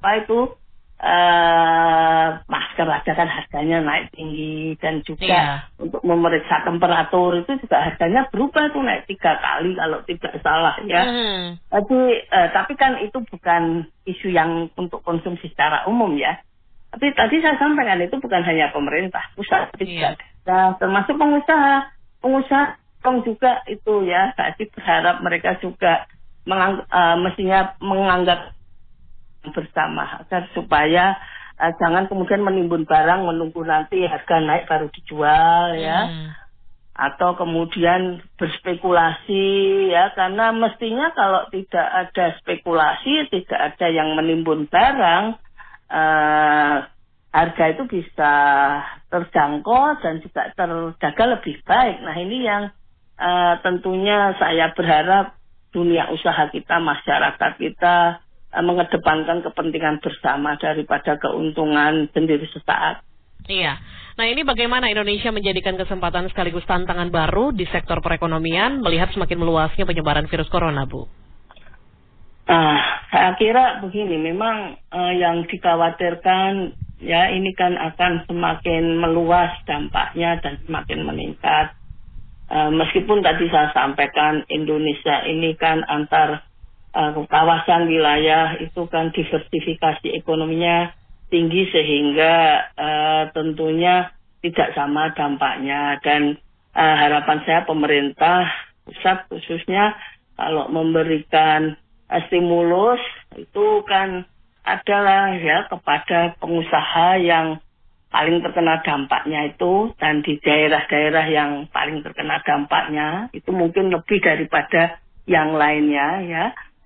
[SPEAKER 5] masker aja kan harganya naik tinggi, dan juga untuk memeriksa temperatur itu juga harganya berubah tuh, naik 3 kali kalau tidak salah ya. Tapi kan itu bukan isu yang untuk konsumsi secara umum ya. Tapi tadi saya sampaikan itu bukan hanya pemerintah pusat, tidak, termasuk pengusaha juga itu ya. Saya sih berharap mereka juga mestinya menganggap bersama agar supaya jangan kemudian menimbun barang menunggu nanti harga naik baru dijual ya, atau kemudian berspekulasi ya, karena mestinya kalau tidak ada spekulasi, tidak ada yang menimbun barang, harga itu bisa terjangkau dan juga terjaga lebih baik. Nah ini yang tentunya saya berharap dunia usaha kita, masyarakat kita mengedepankan kepentingan bersama daripada keuntungan sendiri sesaat.
[SPEAKER 2] Iya. Nah, ini bagaimana Indonesia menjadikan kesempatan sekaligus tantangan baru di sektor perekonomian melihat semakin meluasnya penyebaran virus corona, Bu?
[SPEAKER 5] Saya kira begini, memang yang dikhawatirkan ya ini kan akan semakin meluas dampaknya dan semakin meningkat. Meskipun tadi saya sampaikan Indonesia ini kan antar kawasan wilayah itu kan diversifikasi ekonominya tinggi sehingga tentunya tidak sama dampaknya, dan harapan saya pemerintah pusat khususnya kalau memberikan stimulus itu kan adalah ya kepada pengusaha yang paling terkena dampaknya itu, dan di daerah-daerah yang paling terkena dampaknya itu mungkin lebih daripada yang lainnya ya.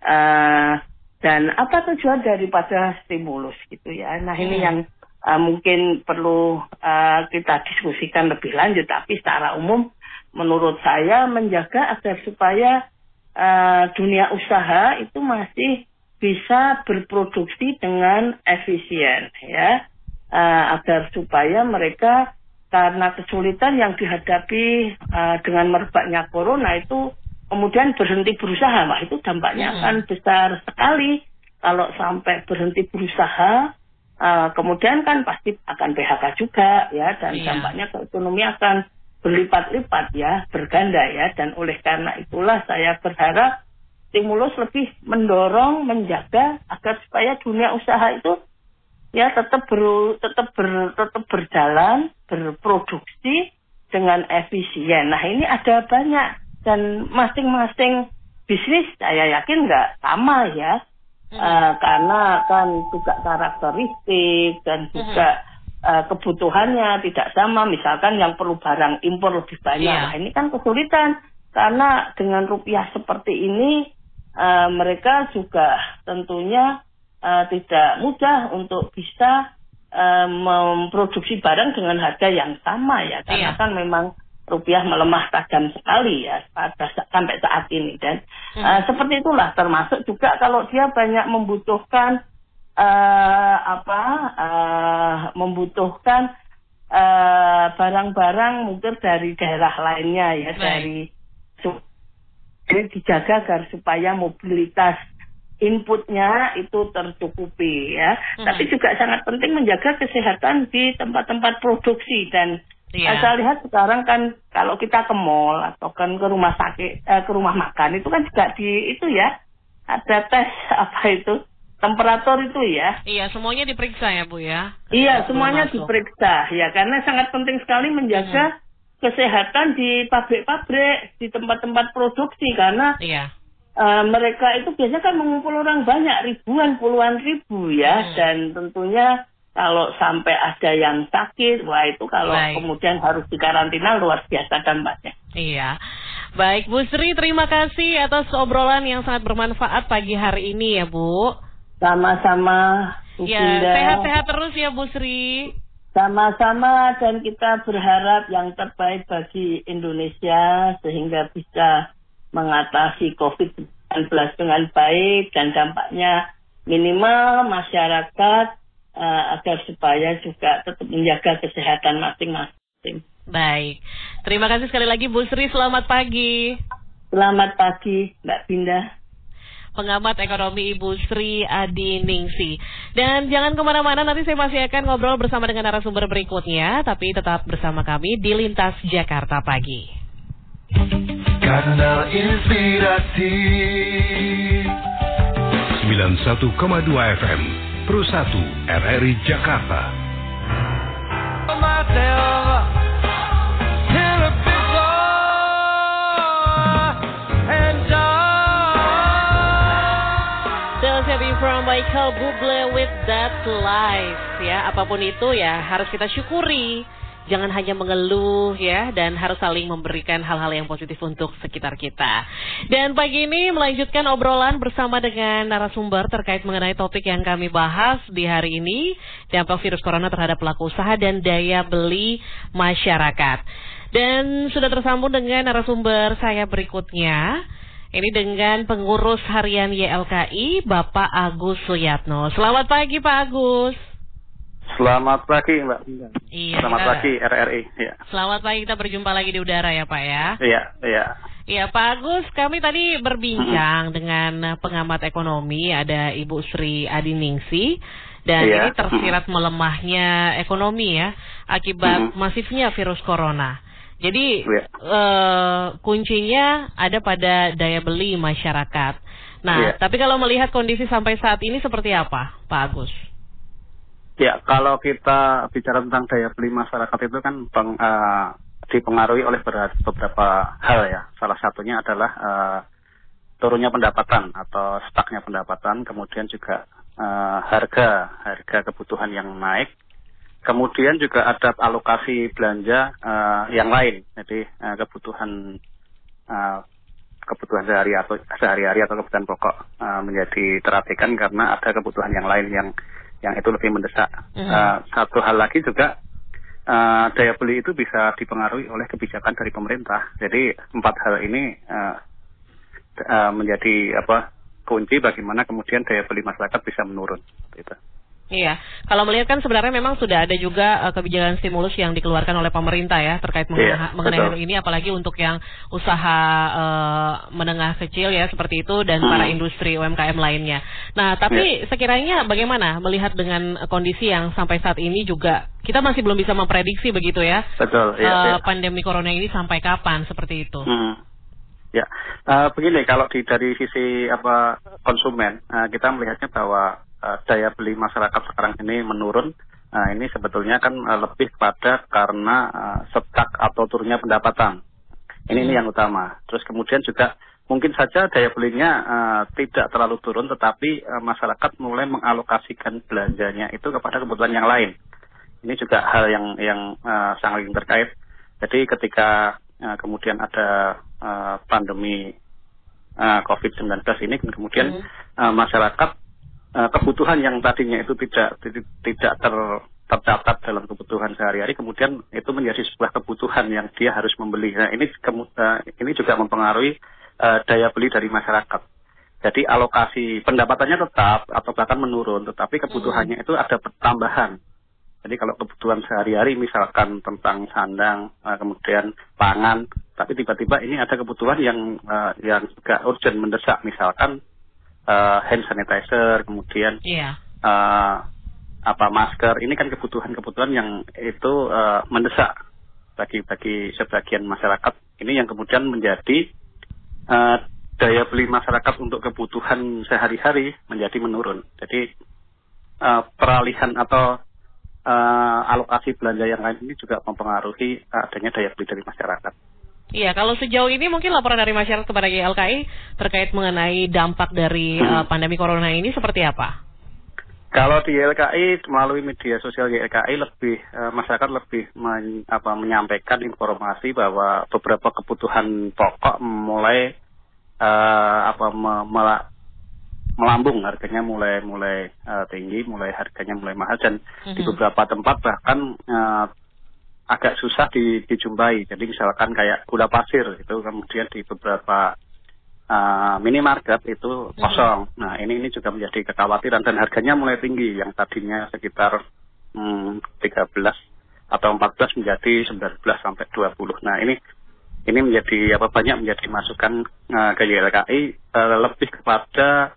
[SPEAKER 5] Dan apa tujuan daripada stimulus gitu ya. Nah ini yang mungkin perlu kita diskusikan lebih lanjut, tapi secara umum menurut saya menjaga agar supaya dunia usaha itu masih bisa berproduksi dengan efisien ya, agar supaya mereka karena kesulitan yang dihadapi dengan merebaknya corona itu kemudian berhenti berusaha. Wah, itu dampaknya akan besar sekali kalau sampai berhenti berusaha. Kemudian kan pasti akan PHK juga ya, dan dampaknya ke ekonomi akan berlipat-lipat ya, berganda ya. Dan oleh karena itulah saya berharap stimulus lebih mendorong, menjaga agar supaya dunia usaha itu ya tetap berjalan, berproduksi dengan efisien. Nah ini ada banyak, dan masing-masing bisnis saya yakin nggak sama ya, karena kan juga karakteristik dan juga kebutuhannya tidak sama. Misalkan yang perlu barang impor lebih banyak, nah ini kan kesulitan karena dengan rupiah seperti ini mereka juga tentunya tidak mudah untuk bisa memproduksi barang dengan harga yang sama ya, karena kan memang rupiah melemah tajam sekali ya sampai saat ini, dan seperti itulah, termasuk juga kalau dia banyak membutuhkan barang-barang mungkin dari daerah lainnya ya, dari dijaga agar supaya mobilitas inputnya itu tercukupi ya. Tapi juga sangat penting menjaga kesehatan di tempat-tempat produksi, dan saya lihat sekarang kan kalau kita ke mall atau kan ke rumah sakit, ke rumah makan itu kan juga itu ya ada tes temperatur itu ya.
[SPEAKER 2] Iya, semuanya diperiksa ya Bu ya.
[SPEAKER 5] Iya, semuanya diperiksa ya, karena sangat penting sekali menjaga kesehatan di pabrik-pabrik, di tempat-tempat produksi, karena mereka itu biasanya kan mengumpul orang banyak, ribuan, puluhan ribu ya, dan tentunya kalau sampai ada yang sakit, wah itu kalau kemudian harus dikarantina luar biasa dampaknya.
[SPEAKER 2] Iya. Baik Bu Sri, terima kasih atas obrolan yang sangat bermanfaat pagi hari ini ya Bu.
[SPEAKER 5] Sama-sama Bu Binda.
[SPEAKER 2] Sehat-sehat terus ya Bu Sri.
[SPEAKER 5] Sama-sama, dan kita berharap yang terbaik bagi Indonesia sehingga bisa mengatasi COVID-19 dengan baik dan dampaknya minimal masyarakat, agar supaya juga tetap menjaga kesehatan masing-masing.
[SPEAKER 2] Baik, terima kasih sekali lagi Bu Sri, selamat pagi.
[SPEAKER 5] Selamat pagi Mbak Binda.
[SPEAKER 2] Pengamat ekonomi Ibu Sri Adiningsih. Dan jangan kemana-mana, nanti saya masih akan ngobrol bersama dengan narasumber berikutnya, tapi tetap bersama kami di Lintas Jakarta Pagi.
[SPEAKER 1] Kanal Inspirasi 91,2 FM Pro 1 RRI Jakarta.
[SPEAKER 2] From Michael Bublé with That Life ya, apapun itu ya harus kita syukuri, jangan hanya mengeluh ya, dan harus saling memberikan hal-hal yang positif untuk sekitar kita. Dan pagi ini melanjutkan obrolan bersama dengan narasumber terkait mengenai topik yang kami bahas di hari ini, dampak virus corona terhadap pelaku usaha dan daya beli masyarakat. Dan sudah tersambung dengan narasumber saya berikutnya, Ini dengan pengurus harian YLKI, Bapak Agus Suyatno. Selamat pagi, Pak Agus.
[SPEAKER 6] Selamat pagi, Mbak.
[SPEAKER 2] Iya.
[SPEAKER 6] Selamat pagi, RRI. Ya.
[SPEAKER 2] Selamat pagi, kita berjumpa lagi di udara ya, Pak ya.
[SPEAKER 6] Iya, iya.
[SPEAKER 2] Iya, Pak Agus, kami tadi berbincang dengan pengamat ekonomi, ada Ibu Sri Adiningsi. Dan ini tersirat melemahnya ekonomi ya, akibat masifnya virus corona. Jadi kuncinya ada pada daya beli masyarakat. Nah, tapi kalau melihat kondisi sampai saat ini seperti apa, Pak Agus?
[SPEAKER 6] Ya, kalau kita bicara tentang daya beli masyarakat itu kan dipengaruhi oleh beberapa hal ya. Salah satunya adalah turunnya pendapatan atau stucknya pendapatan, kemudian juga harga kebutuhan yang naik. Kemudian juga ada alokasi belanja yang lain, jadi kebutuhan sehari-hari atau kebutuhan pokok menjadi terabaikan karena ada kebutuhan yang lain yang itu lebih mendesak. Satu hal lagi juga daya beli itu bisa dipengaruhi oleh kebijakan dari pemerintah. Jadi 4 hal ini menjadi kunci bagaimana kemudian daya beli masyarakat bisa menurun. Gitu.
[SPEAKER 2] Iya, kalau melihat kan sebenarnya memang sudah ada juga kebijakan stimulus yang dikeluarkan oleh pemerintah ya terkait mengenai hal ini, apalagi untuk yang usaha menengah kecil ya seperti itu dan para industri UMKM lainnya. Nah, tapi sekiranya bagaimana melihat dengan kondisi yang sampai saat ini juga kita masih belum bisa memprediksi begitu ya?
[SPEAKER 6] Betul.
[SPEAKER 2] Pandemi corona ini sampai kapan seperti itu?
[SPEAKER 6] Ya, begini kalau dari sisi konsumen kita melihatnya bahwa daya beli masyarakat sekarang ini menurun. Ini sebetulnya kan lebih pada karena stuck atau turunnya pendapatan. Ini yang utama. Terus kemudian juga mungkin saja daya belinya tidak terlalu turun, tetapi masyarakat mulai mengalokasikan belanjanya itu kepada kebutuhan yang lain. Ini juga hal yang sangat terkait. Jadi ketika kemudian ada pandemi COVID-19 ini, kemudian masyarakat kebutuhan yang tadinya itu tidak tercatat dalam kebutuhan sehari-hari, kemudian itu menjadi sebuah kebutuhan yang dia harus membeli. Nah, ini juga mempengaruhi daya beli dari masyarakat. Jadi alokasi pendapatannya tetap atau bahkan menurun, tetapi kebutuhannya itu ada tambahan. Jadi kalau kebutuhan sehari-hari misalkan tentang sandang, kemudian pangan, tapi tiba-tiba ini ada kebutuhan yang juga urgent mendesak, misalkan hand sanitizer, kemudian masker. Ini kan kebutuhan-kebutuhan yang itu mendesak bagi sebagian masyarakat. Ini yang kemudian menjadi daya beli masyarakat untuk kebutuhan sehari-hari menjadi menurun. Jadi peralihan atau alokasi belanja yang lain ini juga mempengaruhi adanya daya beli dari masyarakat.
[SPEAKER 2] Iya, kalau sejauh ini mungkin laporan dari masyarakat kepada YLKI terkait mengenai dampak dari pandemi corona ini seperti apa?
[SPEAKER 6] Kalau di YLKI melalui media sosial YLKI masyarakat lebih menyampaikan informasi bahwa beberapa kebutuhan pokok mulai melambung, harganya mulai tinggi, harganya mulai mahal, dan di beberapa tempat bahkan agak susah dijumpai. Jadi misalkan kayak gula pasir itu kemudian di beberapa minimarket itu kosong. Nah, ini juga menjadi kekhawatiran dan harganya mulai tinggi, yang tadinya sekitar 13 atau 14 menjadi 19 sampai 20. Nah, ini menjadi banyak menjadi masukan ke YLKI lebih kepada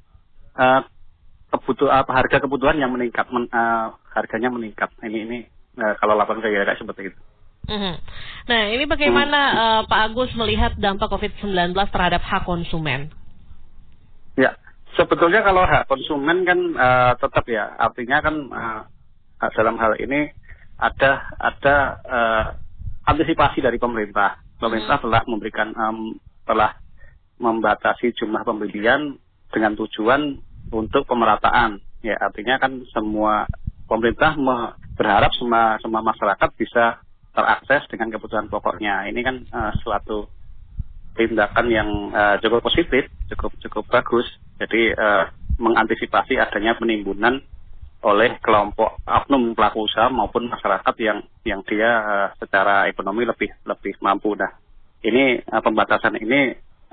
[SPEAKER 6] harga kebutuhan yang meningkat, harganya meningkat. Ini kalau laporan ke YLKI seperti itu.
[SPEAKER 2] Nah, ini bagaimana Pak Agus melihat dampak COVID-19 terhadap hak konsumen?
[SPEAKER 6] Ya, sebetulnya kalau hak konsumen kan tetap ya, artinya kan dalam hal ini ada antisipasi dari pemerintah. Pemerintah telah membatasi jumlah pembelian dengan tujuan untuk pemerataan. Ya, artinya kan pemerintah berharap semua masyarakat bisa terakses dengan kebutuhan pokoknya. Ini kan suatu tindakan yang cukup positif, cukup bagus. Jadi mengantisipasi adanya penimbunan oleh kelompok oknum pelaku usaha maupun masyarakat yang dia secara ekonomi lebih mampu. Nah, ini pembatasan ini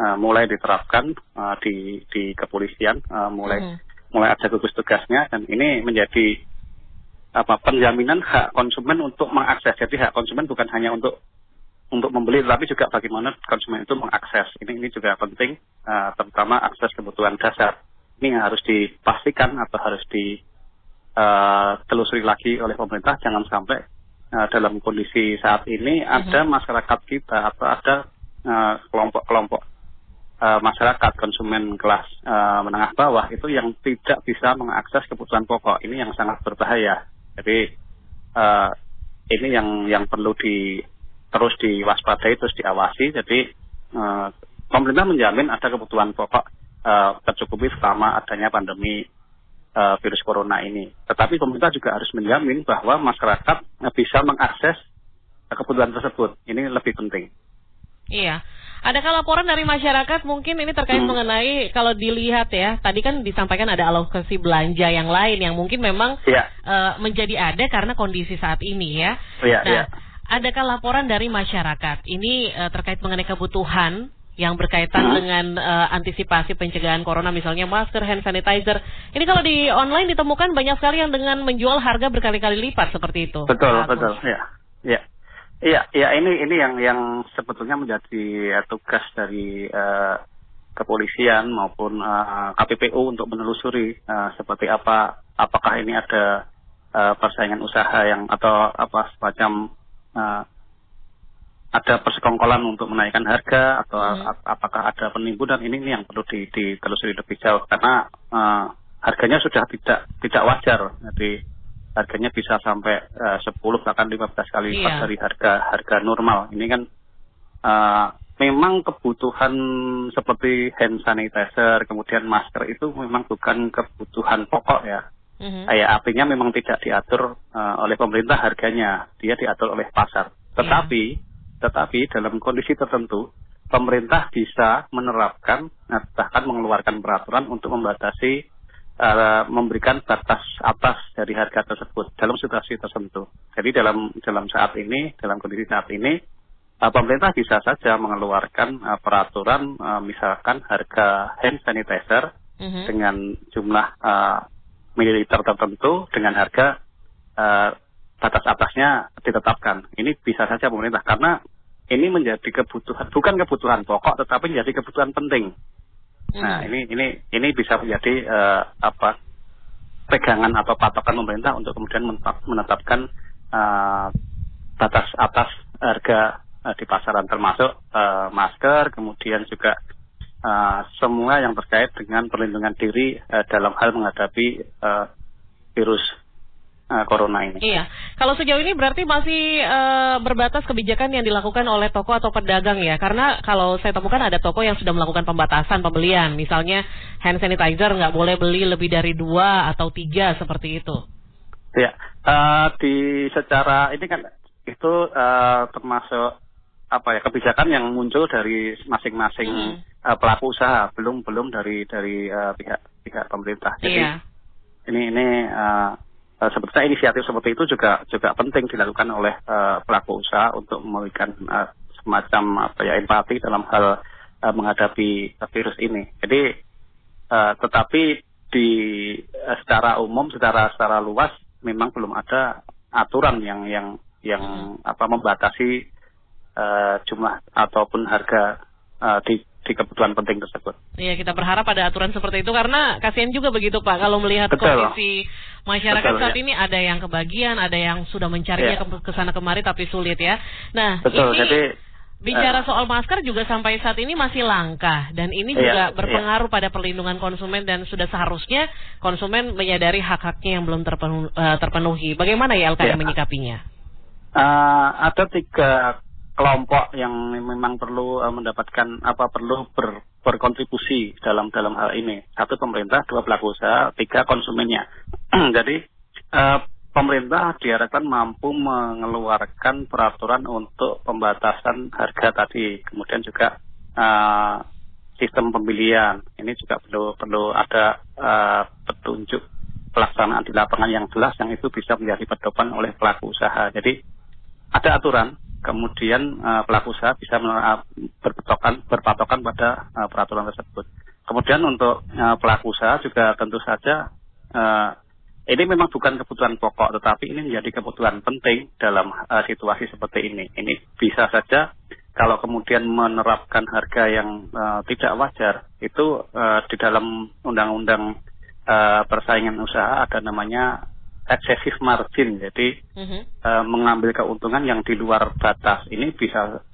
[SPEAKER 6] mulai diterapkan di kepolisian, mulai ada gugus tugasnya, dan ini menjadi penjaminan hak konsumen untuk mengakses. Jadi hak konsumen bukan hanya untuk membeli, tapi juga bagaimana konsumen itu mengakses. Ini juga penting, terutama akses kebutuhan dasar. Ini yang harus dipastikan atau harus ditelusuri lagi oleh pemerintah. Jangan sampai dalam kondisi saat ini ada masyarakat kita atau ada kelompok-kelompok masyarakat konsumen kelas menengah bawah itu yang tidak bisa mengakses kebutuhan pokok. Ini yang sangat berbahaya. Jadi ini yang perlu terus diwaspadai, terus diawasi. Jadi pemerintah menjamin ada kebutuhan pokok tercukupi selama adanya pandemi virus corona ini. Tetapi pemerintah juga harus menjamin bahwa masyarakat bisa mengakses kebutuhan tersebut. Ini lebih penting.
[SPEAKER 2] Iya. Adakah laporan dari masyarakat mungkin ini terkait mengenai, kalau dilihat ya, tadi kan disampaikan ada alokasi belanja yang lain yang mungkin memang menjadi ada karena kondisi saat ini ya. Adakah laporan dari masyarakat ini terkait mengenai kebutuhan yang berkaitan dengan antisipasi pencegahan corona, misalnya masker, hand sanitizer. Ini kalau di online ditemukan banyak sekali yang dengan menjual harga berkali-kali lipat seperti itu.
[SPEAKER 6] Betul. Ya, ini yang sebetulnya menjadi tugas dari kepolisian maupun KPPU untuk menelusuri seperti apakah ini ada persaingan usaha atau semacam ada persekongkolan untuk menaikkan harga atau apakah ada penimbunan. Ini yang perlu ditelusuri lebih jauh karena harganya sudah tidak wajar. Jadi harganya bisa sampai 10 bahkan 15 kali lipat dari harga normal. Ini kan memang kebutuhan seperti hand sanitizer, kemudian masker itu memang bukan kebutuhan pokok ya. Artinya memang tidak diatur oleh pemerintah harganya, dia diatur oleh pasar. Tetapi dalam kondisi tertentu, pemerintah bisa menerapkan, bahkan mengeluarkan peraturan untuk membatasi, memberikan batas atas dari harga tersebut dalam situasi tertentu. Jadi dalam kondisi saat ini, pemerintah bisa saja mengeluarkan peraturan, misalkan harga hand sanitizer dengan jumlah mililiter tertentu dengan harga batas atasnya ditetapkan. Ini bisa saja pemerintah karena ini menjadi kebutuhan, bukan kebutuhan pokok tetapi menjadi kebutuhan penting. Nah, ini bisa menjadi pegangan atau patokan pemerintah untuk kemudian menetapkan batas atas harga di pasaran, termasuk masker, kemudian juga semua yang terkait dengan perlindungan diri dalam hal menghadapi virus corona ini. Iya,
[SPEAKER 2] kalau sejauh ini berarti masih berbatas kebijakan yang dilakukan oleh toko atau pedagang ya, karena kalau saya temukan ada toko yang sudah melakukan pembatasan pembelian, misalnya hand sanitizer nggak boleh beli lebih dari 2 atau 3 seperti itu.
[SPEAKER 6] Ya, secara ini kan itu termasuk kebijakan yang muncul dari masing-masing pelaku usaha, belum dari pihak pemerintah. Jadi ini sebetulnya inisiatif seperti itu juga penting dilakukan oleh pelaku usaha untuk memberikan semacam empati dalam hal menghadapi virus ini. Jadi tetapi secara umum, secara luas memang belum ada aturan yang membatasi jumlah ataupun harga di kebutuhan penting tersebut.
[SPEAKER 2] Iya, kita berharap ada aturan seperti itu karena kasihan juga begitu Pak kalau melihat kondisi masyarakat saat ini, ada yang kebagian, ada yang sudah mencarinya ke sana kemari tapi sulit ya. Nah, bicara soal masker juga sampai saat ini masih langka dan ini juga berpengaruh pada perlindungan konsumen dan sudah seharusnya konsumen menyadari hak-haknya yang belum terpenuhi. Bagaimana ya LKM menyikapinya?
[SPEAKER 6] Ada 3 kelompok yang memang perlu mendapatkan perlu berkontribusi dalam hal ini. 1 pemerintah, 2 pelaku usaha, 3 konsumennya. Jadi pemerintah diharapkan mampu mengeluarkan peraturan untuk pembatasan harga tadi, kemudian juga sistem pembelian. Ini juga perlu ada petunjuk pelaksanaan di lapangan yang jelas yang itu bisa menjadi pedoman oleh pelaku usaha. Jadi ada aturan, kemudian pelaku usaha bisa berpatokan pada peraturan tersebut. Kemudian untuk pelaku usaha juga tentu saja ini memang bukan kebutuhan pokok, tetapi ini menjadi kebutuhan penting dalam situasi seperti ini. Ini bisa saja kalau kemudian menerapkan harga yang tidak wajar, itu di dalam undang-undang persaingan usaha ada namanya excessive margin, jadi mengambil keuntungan yang di luar batas. Ini bisa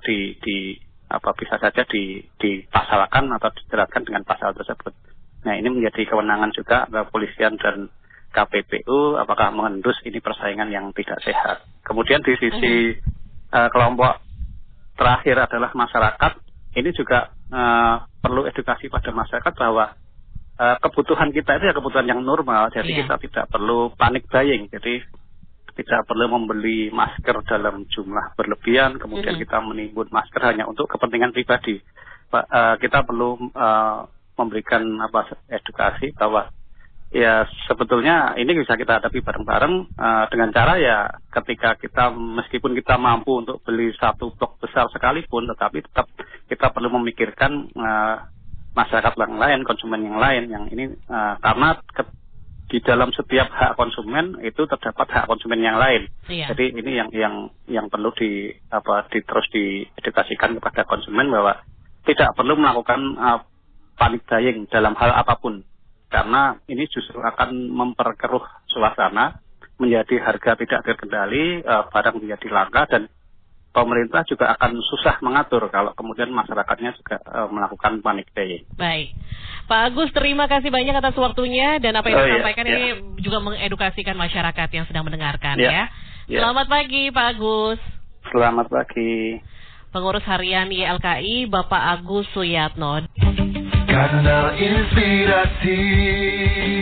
[SPEAKER 6] saja dipasalkan atau dijeratkan dengan pasal tersebut. Nah, ini menjadi kewenangan juga kepolisian dan KPPU apakah mengendus ini persaingan yang tidak sehat. Kemudian di sisi kelompok terakhir adalah masyarakat. Ini juga perlu edukasi pada masyarakat bahwa kebutuhan kita itu ya kebutuhan yang normal, jadi kita tidak perlu panik buying, jadi tidak perlu membeli masker dalam jumlah berlebihan, kemudian kita menimbun masker hanya untuk kepentingan pribadi. Kita perlu memberikan edukasi bahwa ya sebetulnya ini bisa kita hadapi bareng-bareng dengan cara ya ketika kita meskipun kita mampu untuk beli satu blok besar sekalipun, tetapi tetap kita perlu memikirkan masyarakat yang lain, konsumen yang lain, yang ini karena di dalam setiap hak konsumen itu terdapat hak konsumen yang lain. Jadi ini yang perlu terus diedukasikan kepada konsumen bahwa tidak perlu melakukan panic buying dalam hal apapun, karena ini justru akan memperkeruh suasana, menjadi harga tidak terkendali, barang menjadi langka, dan pemerintah juga akan susah mengatur kalau kemudian masyarakatnya juga melakukan panic buying.
[SPEAKER 2] Baik, Pak Agus, terima kasih banyak atas waktunya dan apa yang disampaikan ini juga mengedukasikan masyarakat yang sedang mendengarkan ya. Selamat pagi, Pak Agus.
[SPEAKER 6] Selamat pagi.
[SPEAKER 2] Pengurus Harian YLKI Bapak Agus Suyatno.
[SPEAKER 1] Kanal Inspirasi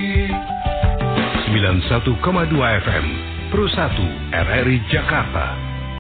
[SPEAKER 1] 91,2 FM Pro 1 RRI Jakarta.